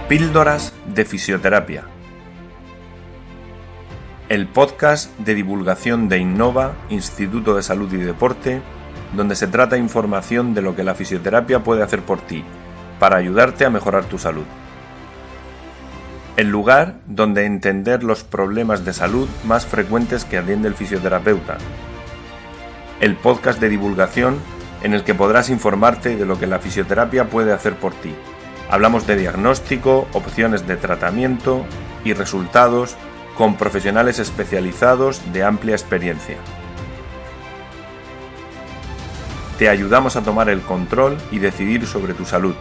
Píldoras de Fisioterapia. El podcast de divulgación de Innova, Instituto de Salud y Deporte, donde se trata información de lo que la fisioterapia puede hacer por ti, para ayudarte a mejorar tu salud. El lugar donde entender los problemas de salud más frecuentes que atiende el fisioterapeuta. El podcast de divulgación en el que podrás informarte de lo que la fisioterapia puede hacer por ti. Hablamos de diagnóstico, opciones de tratamiento y resultados con profesionales especializados de amplia experiencia. Te ayudamos a tomar el control y decidir sobre tu salud.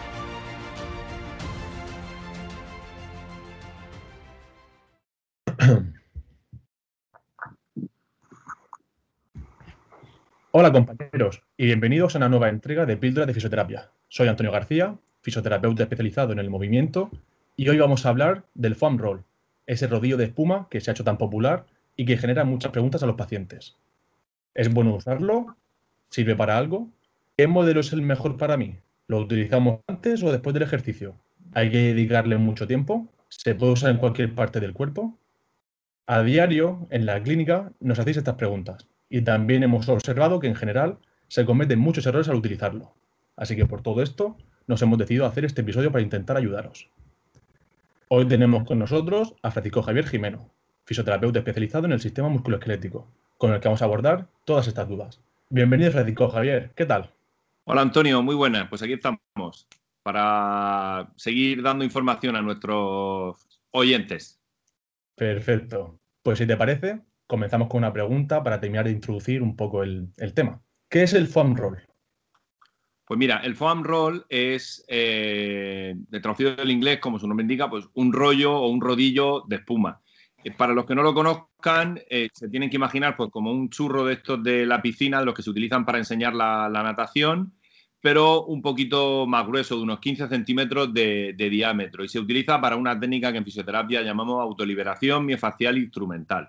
Hola compañeros y bienvenidos a una nueva entrega de Píldoras de Fisioterapia. Soy Antonio García, fisioterapeuta especializado en el movimiento, y hoy vamos a hablar del foam roll, ese rodillo de espuma que se ha hecho tan popular y que genera muchas preguntas a los pacientes. ¿Es bueno usarlo? ¿Sirve para algo? ¿Qué modelo es el mejor para mí? ¿Lo utilizamos antes o después del ejercicio? ¿Hay que dedicarle mucho tiempo? ¿Se puede usar en cualquier parte del cuerpo? A diario, en la clínica, nos hacéis estas preguntas y también hemos observado que en general se cometen muchos errores al utilizarlo. Así que por todo esto, nos hemos decidido a hacer este episodio para intentar ayudaros. Hoy tenemos con nosotros a Francisco Javier Jimeno, fisioterapeuta especializado en el sistema musculoesquelético, con el que vamos a abordar todas estas dudas. Bienvenido, Francisco Javier, ¿qué tal? Hola Antonio, muy buenas. Pues aquí estamos para seguir dando información a nuestros oyentes. Perfecto. Pues si te parece, comenzamos con una pregunta para terminar de introducir un poco el tema. ¿Qué es el foam roll? Pues mira, el foam roll es, traducido del inglés, como su nombre indica, pues un rollo o un rodillo de espuma. Para los que no lo conozcan, se tienen que imaginar pues como un churro de estos de la piscina, de los que se utilizan para enseñar la natación, pero un poquito más grueso, de unos 15 centímetros de diámetro. Y se utiliza para una técnica que en fisioterapia llamamos autoliberación miofascial instrumental.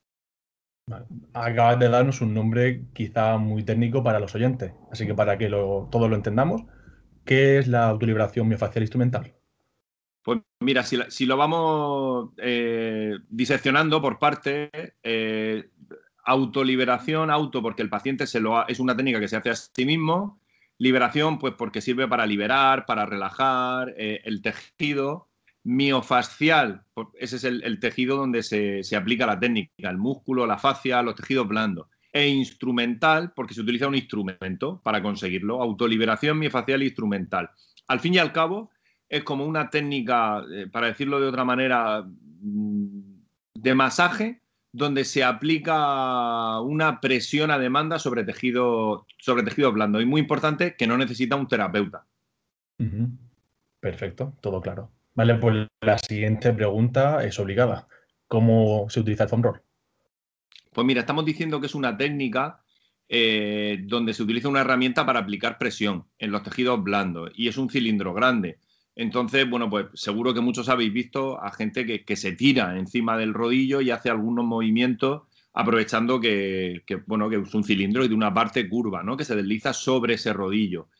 Acabas de darnos un nombre quizá muy técnico para los oyentes, así que para que todos lo entendamos, ¿qué es la autoliberación miofascial instrumental? Pues mira, si lo vamos diseccionando por partes, autoliberación, porque el paciente es una técnica que se hace a sí mismo, liberación, pues porque sirve para liberar, para relajar el tejido. Miofascial, pues ese es el tejido donde se aplica la técnica, el músculo, la fascia, los tejidos blandos. E instrumental, porque se utiliza un instrumento para conseguirlo. Autoliberación miofascial instrumental. Al fin y al cabo, es como una técnica, para decirlo de otra manera, de masaje, donde se aplica una presión a demanda sobre tejido blando. Y muy importante, que no necesita un terapeuta. Perfecto, todo claro. Vale, pues la siguiente pregunta es obligada. ¿Cómo se utiliza el foam roll? Pues mira, estamos diciendo que es una técnica donde se utiliza una herramienta para aplicar presión en los tejidos blandos y es un cilindro grande. Entonces, bueno, pues seguro que muchos habéis visto a gente que se tira encima del rodillo y hace algunos movimientos aprovechando que es un cilindro y de una parte curva, ¿no? Que se desliza sobre ese rodillo.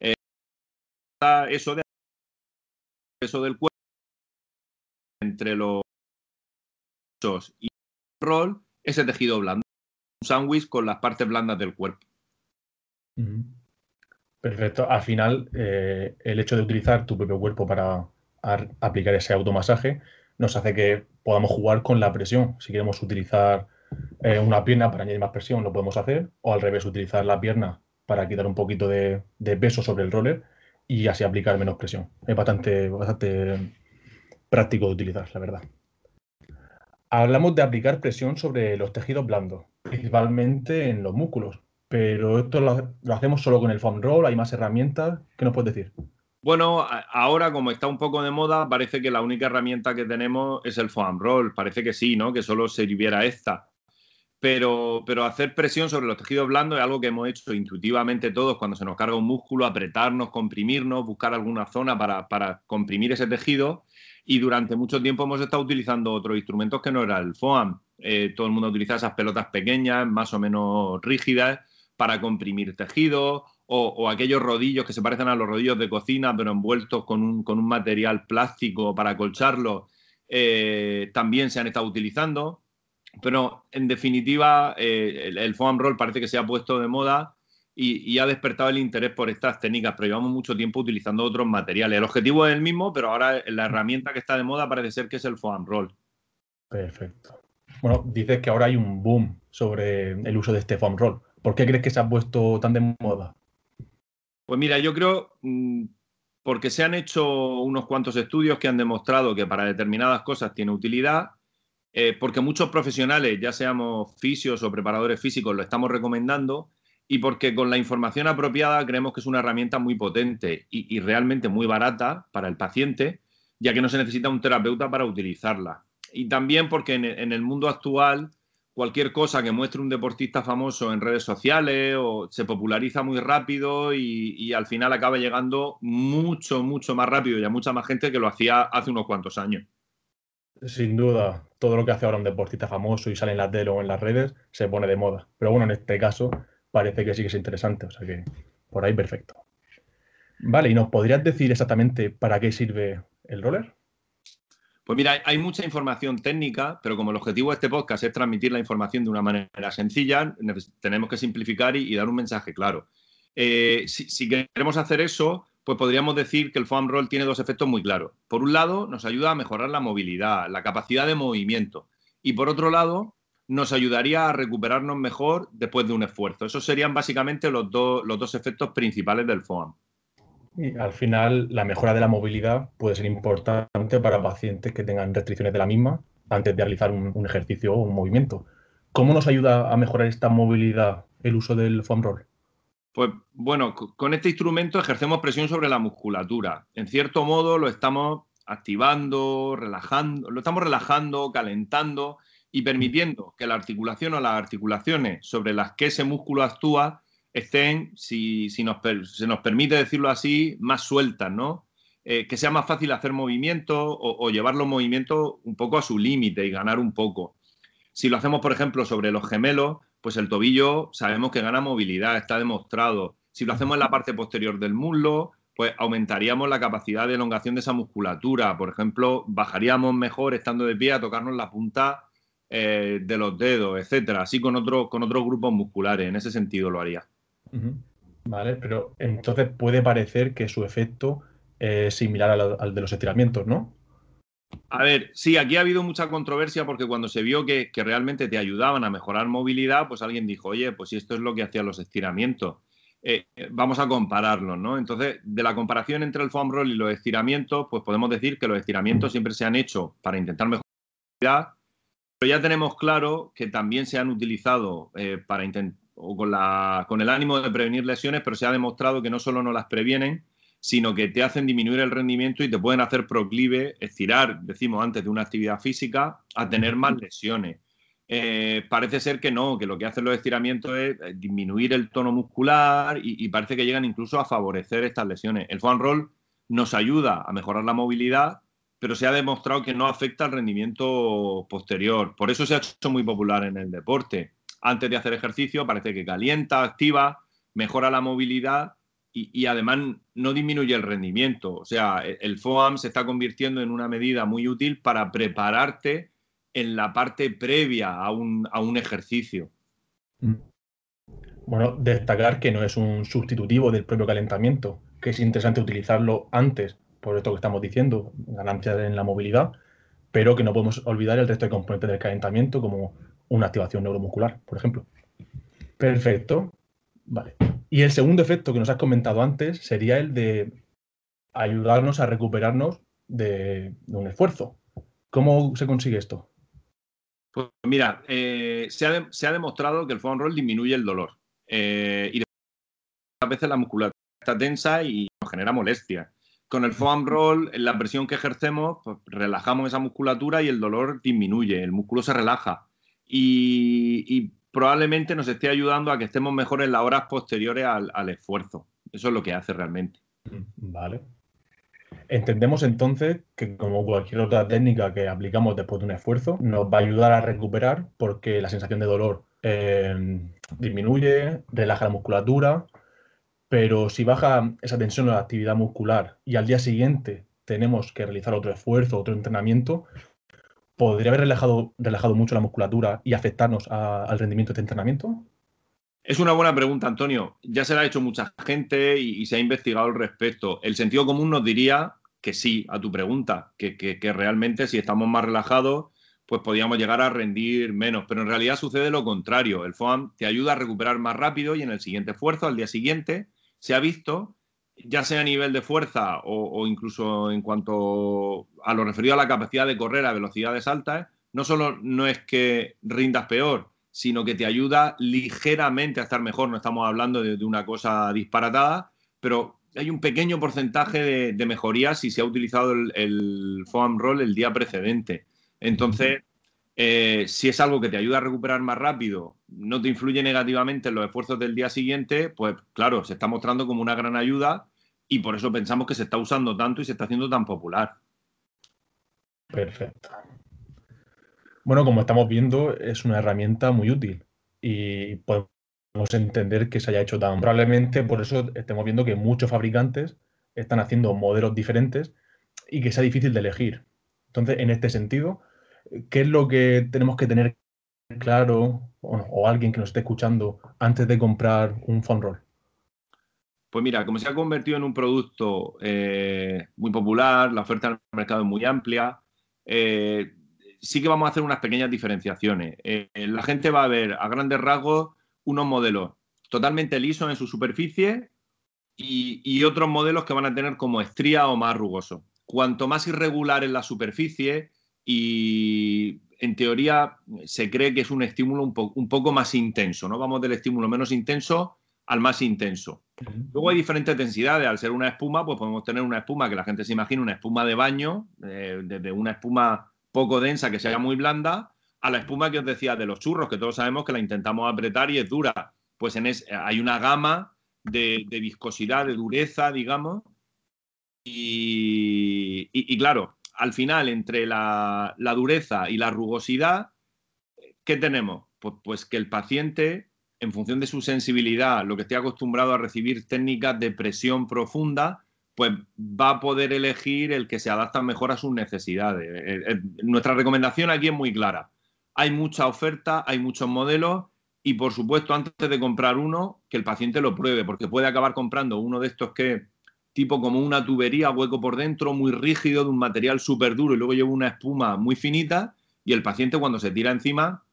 Eso del cuerpo entre los y el roll, ese tejido blando, un sándwich con las partes blandas del cuerpo. Perfecto. Al final, el hecho de utilizar tu propio cuerpo para aplicar ese automasaje nos hace que podamos jugar con la presión. Si queremos utilizar una pierna para añadir más presión, lo podemos hacer. O al revés, utilizar la pierna para quitar un poquito de peso sobre el roller y así aplicar menos presión. Es bastante práctico de utilizar, la verdad. Hablamos de aplicar presión sobre los tejidos blandos, principalmente en los músculos. Pero esto lo hacemos solo con el foam roll, hay más herramientas. ¿Qué nos puedes decir? Bueno, ahora como está un poco de moda, parece que la única herramienta que tenemos es el foam roll. Parece que sí, ¿no? Que solo sirviera esta. Pero hacer presión sobre los tejidos blandos es algo que hemos hecho intuitivamente todos cuando se nos carga un músculo, apretarnos, comprimirnos, buscar alguna zona para comprimir ese tejido. Y durante mucho tiempo hemos estado utilizando otros instrumentos que no era el foam. Todo el mundo utiliza esas pelotas pequeñas, más o menos rígidas, para comprimir tejidos, o aquellos rodillos que se parecen a los rodillos de cocina, pero envueltos con un material plástico para acolcharlos, también se han estado utilizando. Pero, en definitiva, el foam roll parece que se ha puesto de moda y ha despertado el interés por estas técnicas, pero llevamos mucho tiempo utilizando otros materiales. El objetivo es el mismo, pero ahora la herramienta que está de moda parece ser que es el foam roll. Perfecto. Bueno, dices que ahora hay un boom sobre el uso de este foam roll. ¿Por qué crees que se ha puesto tan de moda? Pues mira, yo creo porque se han hecho unos cuantos estudios que han demostrado que para determinadas cosas tiene utilidad, porque muchos profesionales, ya seamos fisios o preparadores físicos, lo estamos recomendando, y porque con la información apropiada creemos que es una herramienta muy potente y realmente muy barata para el paciente, ya que no se necesita un terapeuta para utilizarla. Y también porque en el mundo actual cualquier cosa que muestre un deportista famoso en redes sociales o se populariza muy rápido y al final acaba llegando mucho, mucho más rápido y a mucha más gente que lo hacía hace unos cuantos años. Sin duda, todo lo que hace ahora un deportista famoso y sale en la tele o en las redes se pone de moda. Pero bueno, en este caso parece que sí que es interesante, o sea que por ahí perfecto. Vale, ¿y nos podrías decir exactamente para qué sirve el roller? Pues mira, hay mucha información técnica, pero como el objetivo de este podcast es transmitir la información de una manera sencilla, tenemos que simplificar y dar un mensaje claro. Si queremos hacer eso, pues podríamos decir que el foam roll tiene dos efectos muy claros. Por un lado, nos ayuda a mejorar la movilidad, la capacidad de movimiento. Y por otro lado, nos ayudaría a recuperarnos mejor después de un esfuerzo. Esos serían básicamente los dos efectos principales del foam. Y al final, la mejora de la movilidad puede ser importante para pacientes que tengan restricciones de la misma antes de realizar un ejercicio o un movimiento. ¿Cómo nos ayuda a mejorar esta movilidad el uso del foam roll? Pues bueno, con este instrumento ejercemos presión sobre la musculatura. En cierto modo lo estamos activando, relajando, lo estamos relajando, calentando y permitiendo que la articulación o las articulaciones sobre las que ese músculo actúa estén, si se nos permite decirlo así, más sueltas, ¿no? Que sea más fácil hacer movimientos o llevar los movimientos un poco a su límite y ganar un poco. Si lo hacemos, por ejemplo, sobre los gemelos, pues el tobillo sabemos que gana movilidad, está demostrado. Si lo hacemos en la parte posterior del muslo, pues aumentaríamos la capacidad de elongación de esa musculatura. Por ejemplo, bajaríamos mejor estando de pie a tocarnos la punta de los dedos, etcétera. Así con otros grupos musculares. En ese sentido lo haría. Vale, pero entonces puede parecer que su efecto es similar al de los estiramientos, ¿no? A ver, sí, aquí ha habido mucha controversia porque cuando se vio que realmente te ayudaban a mejorar movilidad, pues alguien dijo, oye, pues si esto es lo que hacían los estiramientos, vamos a compararlos, ¿no? Entonces, de la comparación entre el foam roll y los estiramientos, pues podemos decir que los estiramientos siempre se han hecho para intentar mejorar movilidad, pero ya tenemos claro que también se han utilizado para intentar, o con el ánimo de prevenir lesiones, pero se ha demostrado que no solo no las previenen, sino que te hacen disminuir el rendimiento y te pueden hacer proclive, estirar, decimos antes, de una actividad física, a tener más lesiones. Parece ser que no, que lo que hacen los estiramientos es disminuir el tono muscular y parece que llegan incluso a favorecer estas lesiones. El foam roll nos ayuda a mejorar la movilidad, pero se ha demostrado que no afecta al rendimiento posterior. Por eso se ha hecho muy popular en el deporte. Antes de hacer ejercicio parece que calienta, activa, mejora la movilidad y además no disminuye el rendimiento. O sea, el FOAM se está convirtiendo en una medida muy útil para prepararte en la parte previa a un ejercicio. Bueno, destacar que no es un sustitutivo del propio calentamiento, que es interesante utilizarlo antes, por esto que estamos diciendo, ganancias en la movilidad, pero que no podemos olvidar el resto de componentes del calentamiento, como una activación neuromuscular, por ejemplo. Perfecto. Vale. Y el segundo efecto que nos has comentado antes sería el de ayudarnos a recuperarnos de un esfuerzo. ¿Cómo se consigue esto? Pues mira, se ha demostrado que el foam roll disminuye el dolor. Y a veces la musculatura está tensa y nos genera molestia. Con el foam roll, en la presión que ejercemos, pues relajamos esa musculatura y el dolor disminuye, el músculo se relaja. Y probablemente nos esté ayudando a que estemos mejor en las horas posteriores al esfuerzo. Eso es lo que hace realmente. Vale. Entendemos entonces que, como cualquier otra técnica que aplicamos después de un esfuerzo, nos va a ayudar a recuperar porque la sensación de dolor disminuye, relaja la musculatura pero si baja esa tensión o la actividad muscular y al día siguiente tenemos que realizar otro esfuerzo, otro entrenamiento, ¿podría haber relajado mucho la musculatura y afectarnos al rendimiento de este entrenamiento? Es una buena pregunta, Antonio. Ya se la ha hecho mucha gente y se ha investigado al respecto. El sentido común nos diría que sí a tu pregunta, que realmente si estamos más relajados, pues podríamos llegar a rendir menos. Pero en realidad sucede lo contrario. El FOAM te ayuda a recuperar más rápido y en el siguiente esfuerzo, al día siguiente, se ha visto, ya sea a nivel de fuerza o incluso en cuanto a lo referido a la capacidad de correr a velocidades altas, no solo no es que rindas peor, sino que te ayuda ligeramente a estar mejor. No estamos hablando de una cosa disparatada, pero hay un pequeño porcentaje de mejoría si se ha utilizado el foam roll el día precedente. Entonces, si es algo que te ayuda a recuperar más rápido, no te influye negativamente en los esfuerzos del día siguiente, pues claro, se está mostrando como una gran ayuda y por eso pensamos que se está usando tanto y se está haciendo tan popular. Perfecto. Bueno, como estamos viendo, es una herramienta muy útil y podemos entender que se haya hecho tan. Probablemente por eso estemos viendo que muchos fabricantes están haciendo modelos diferentes y que sea difícil de elegir. Entonces, en este sentido, ¿qué es lo que tenemos que tener claro o alguien que nos esté escuchando antes de comprar un foam roll? Pues mira, como se ha convertido en un producto muy popular, la oferta en el mercado es muy amplia, sí que vamos a hacer unas pequeñas diferenciaciones. La gente va a ver a grandes rasgos unos modelos totalmente lisos en su superficie y otros modelos que van a tener como estría o más rugosos. Cuanto más irregular es la superficie y en teoría se cree que es un estímulo un poco más intenso, ¿no? Vamos del estímulo menos intenso al más intenso. Luego hay diferentes densidades. Al ser una espuma, pues podemos tener una espuma que la gente se imagina una espuma de baño, desde una espuma poco densa que sea muy blanda, a la espuma que os decía de los churros, que todos sabemos que la intentamos apretar y es dura. Pues hay una gama de viscosidad, de dureza, digamos, y claro, al final, entre la dureza y la rugosidad, ¿qué tenemos? Pues que el paciente, en función de su sensibilidad, lo que esté acostumbrado a recibir técnicas de presión profunda, pues va a poder elegir el que se adapta mejor a sus necesidades. Nuestra recomendación aquí es muy clara. Hay mucha oferta, hay muchos modelos y, por supuesto, antes de comprar uno, que el paciente lo pruebe, porque puede acabar comprando uno de estos que tipo como una tubería, hueco por dentro, muy rígido, de un material súper duro y luego lleva una espuma muy finita y el paciente cuando se tira encima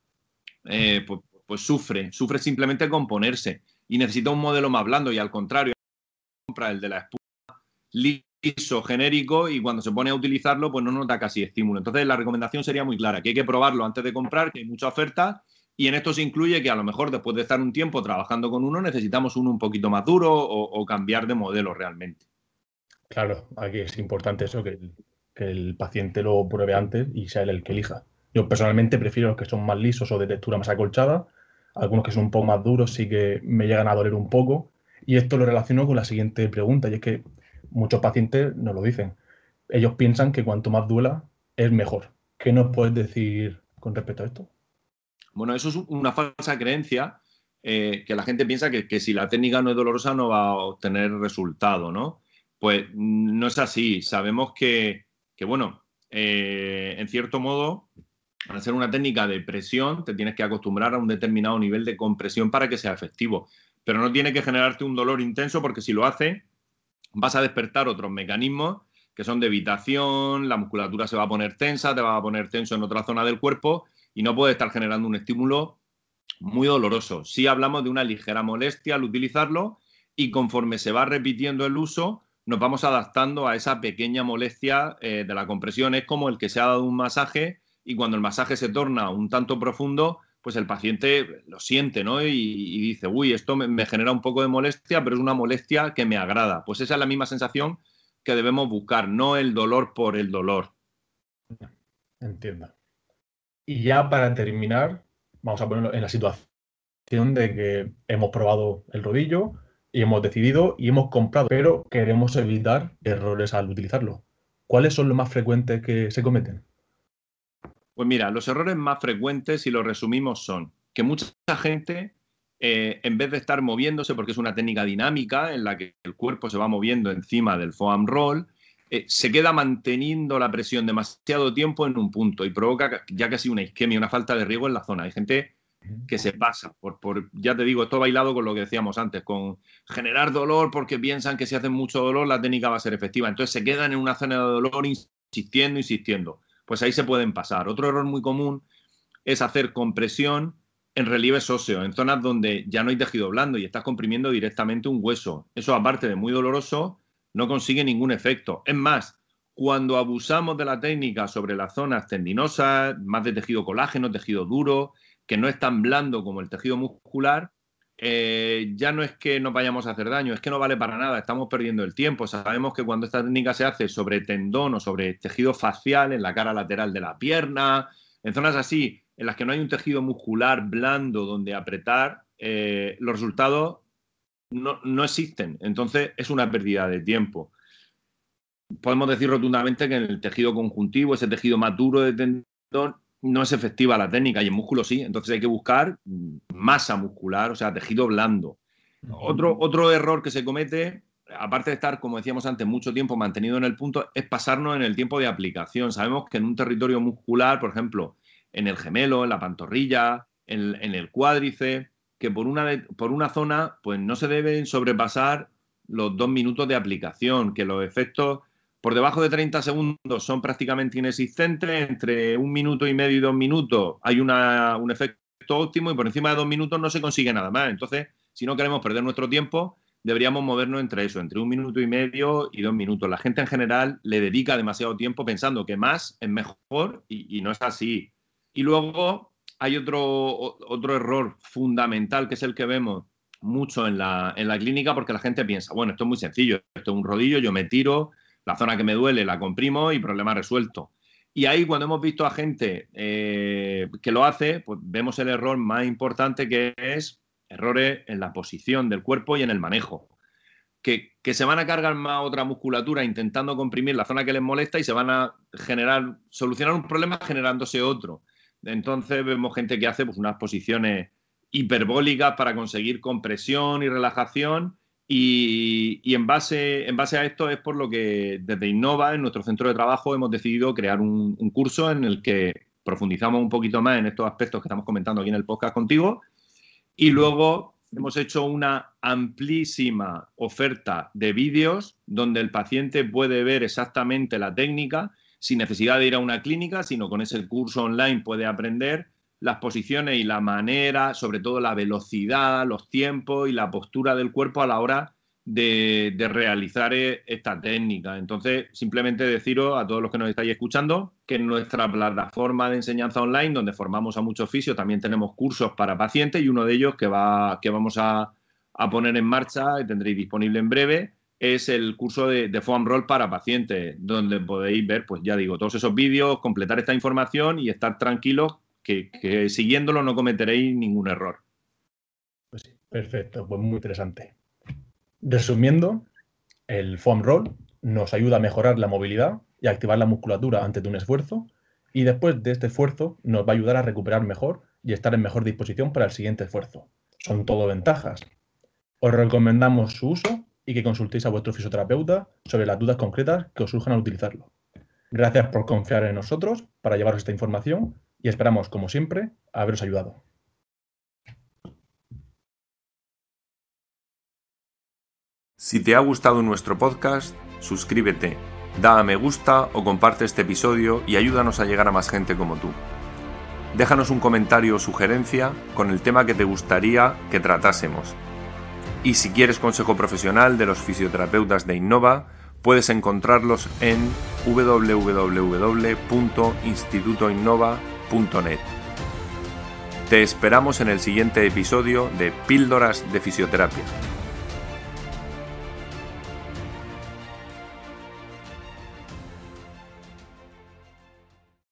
pues sufre simplemente con ponerse y necesita un modelo más blando y al contrario, compra el de la espuma liso, genérico y cuando se pone a utilizarlo pues no nota casi estímulo. Entonces la recomendación sería muy clara, que hay que probarlo antes de comprar, que hay mucha oferta y en esto se incluye que a lo mejor después de estar un tiempo trabajando con uno necesitamos uno un poquito más duro o cambiar de modelo realmente. Claro, aquí es importante eso, que el paciente lo pruebe antes y sea él el que elija. Yo personalmente prefiero los que son más lisos o de textura más acolchada. Algunos que son un poco más duros sí que me llegan a doler un poco. Y esto lo relaciono con la siguiente pregunta, y es que muchos pacientes nos lo dicen. Ellos piensan que cuanto más duela es mejor. ¿Qué nos puedes decir con respecto a esto? Bueno, eso es una falsa creencia, que la gente piensa que si la técnica no es dolorosa no va a obtener resultado, ¿no? Pues no es así. Sabemos que bueno, en cierto modo, al ser una técnica de presión, te tienes que acostumbrar a un determinado nivel de compresión para que sea efectivo. Pero no tiene que generarte un dolor intenso porque si lo hace, vas a despertar otros mecanismos que son de evitación, la musculatura se va a poner tensa, te va a poner tenso en otra zona del cuerpo y no puede estar generando un estímulo muy doloroso. Sí hablamos de una ligera molestia al utilizarlo y conforme se va repitiendo el uso, nos vamos adaptando a esa pequeña molestia de la compresión. Es como el que se ha dado un masaje y cuando el masaje se torna un tanto profundo, pues el paciente lo siente, ¿no? Y dice, uy, esto me genera un poco de molestia, pero es una molestia que me agrada. Pues esa es la misma sensación que debemos buscar, no el dolor por el dolor. Entiendo. Y ya para terminar, vamos a ponerlo en la situación de que hemos probado el rodillo y hemos decidido y hemos comprado, pero queremos evitar errores al utilizarlo. ¿Cuáles son los más frecuentes que se cometen? Pues mira, los errores más frecuentes, si los resumimos, son que mucha gente en vez de estar moviéndose, porque es una técnica dinámica en la que el cuerpo se va moviendo encima del foam roll, se queda manteniendo la presión demasiado tiempo en un punto y provoca ya casi una isquemia, una falta de riego en la zona. Hay gente que se pasa, ya te digo, esto bailado con lo que decíamos antes, con generar dolor porque piensan que si hacen mucho dolor la técnica va a ser efectiva. Entonces se quedan en una zona de dolor insistiendo. Pues ahí se pueden pasar. Otro error muy común es hacer compresión en relieves óseos, en zonas donde ya no hay tejido blando y estás comprimiendo directamente un hueso. Eso, aparte de muy doloroso, no consigue ningún efecto. Es más, cuando abusamos de la técnica sobre las zonas tendinosas, más de tejido colágeno, tejido duro, que no es tan blando como el tejido muscular, ya no es que nos vayamos a hacer daño, es que no vale para nada, estamos perdiendo el tiempo. Sabemos que cuando esta técnica se hace sobre tendón o sobre tejido facial, en la cara lateral de la pierna, en zonas así, en las que no hay un tejido muscular blando donde apretar, los resultados no existen. Entonces es una pérdida de tiempo. Podemos decir rotundamente que en el tejido conjuntivo, ese tejido más duro de tendón, no es efectiva la técnica y en músculo sí. Entonces hay que buscar masa muscular, o sea, tejido blando. Otro error que se comete, aparte de estar, como decíamos antes, mucho tiempo mantenido en el punto, es pasarnos en el tiempo de aplicación. Sabemos que en un territorio muscular, por ejemplo, en el gemelo, en la pantorrilla, en el cuádriceps, que por una zona pues no se deben sobrepasar los 2 minutos de aplicación, que los efectos por debajo de 30 segundos son prácticamente inexistentes, entre 1 minuto y medio y 2 minutos hay un efecto óptimo y por encima de 2 minutos no se consigue nada más. Entonces, si no queremos perder nuestro tiempo, deberíamos movernos entre eso, entre 1 minuto y medio y 2 minutos. La gente en general le dedica demasiado tiempo pensando que más es mejor y no es así. Y luego hay otro error fundamental, que es el que vemos mucho en la clínica, porque la gente piensa, bueno, esto es muy sencillo, esto es un rodillo, yo me tiro, la zona que me duele la comprimo y problema resuelto. Y ahí, cuando hemos visto a gente que lo hace, pues vemos el error más importante, que es errores en la posición del cuerpo y en el manejo. Que se van a cargar más otra musculatura intentando comprimir la zona que les molesta y se van a solucionar un problema generándose otro. Entonces vemos gente que hace pues unas posiciones hiperbólicas para conseguir compresión y relajación y en base a esto es por lo que desde Innova, en nuestro centro de trabajo, hemos decidido crear un curso en el que profundizamos un poquito más en estos aspectos que estamos comentando aquí en el podcast contigo y luego hemos hecho una amplísima oferta de vídeos donde el paciente puede ver exactamente la técnica sin necesidad de ir a una clínica, sino con ese curso online puede aprender las posiciones y la manera, sobre todo la velocidad, los tiempos y la postura del cuerpo a la hora de realizar esta técnica. Entonces, simplemente deciros a todos los que nos estáis escuchando que en nuestra plataforma de enseñanza online, donde formamos a muchos fisios, también tenemos cursos para pacientes y uno de ellos que vamos a poner en marcha y tendréis disponible en breve, es el curso de foam roll para pacientes, donde podéis ver, pues ya digo, todos esos vídeos, completar esta información y estar tranquilos que siguiéndolo no cometeréis ningún error. Pues sí, perfecto, pues muy interesante. Resumiendo, el foam roll nos ayuda a mejorar la movilidad y a activar la musculatura antes de un esfuerzo, y después de este esfuerzo nos va a ayudar a recuperar mejor y estar en mejor disposición para el siguiente esfuerzo. Son todo ventajas. Os recomendamos su uso y que consultéis a vuestro fisioterapeuta sobre las dudas concretas que os surjan al utilizarlo. Gracias por confiar en nosotros para llevaros esta información y esperamos, como siempre, haberos ayudado. Si te ha gustado nuestro podcast, suscríbete, da a me gusta o comparte este episodio y ayúdanos a llegar a más gente como tú. Déjanos un comentario o sugerencia con el tema que te gustaría que tratásemos. Y si quieres consejo profesional de los fisioterapeutas de Innova, puedes encontrarlos en www.institutoinnova.net. Te esperamos en el siguiente episodio de Píldoras de Fisioterapia.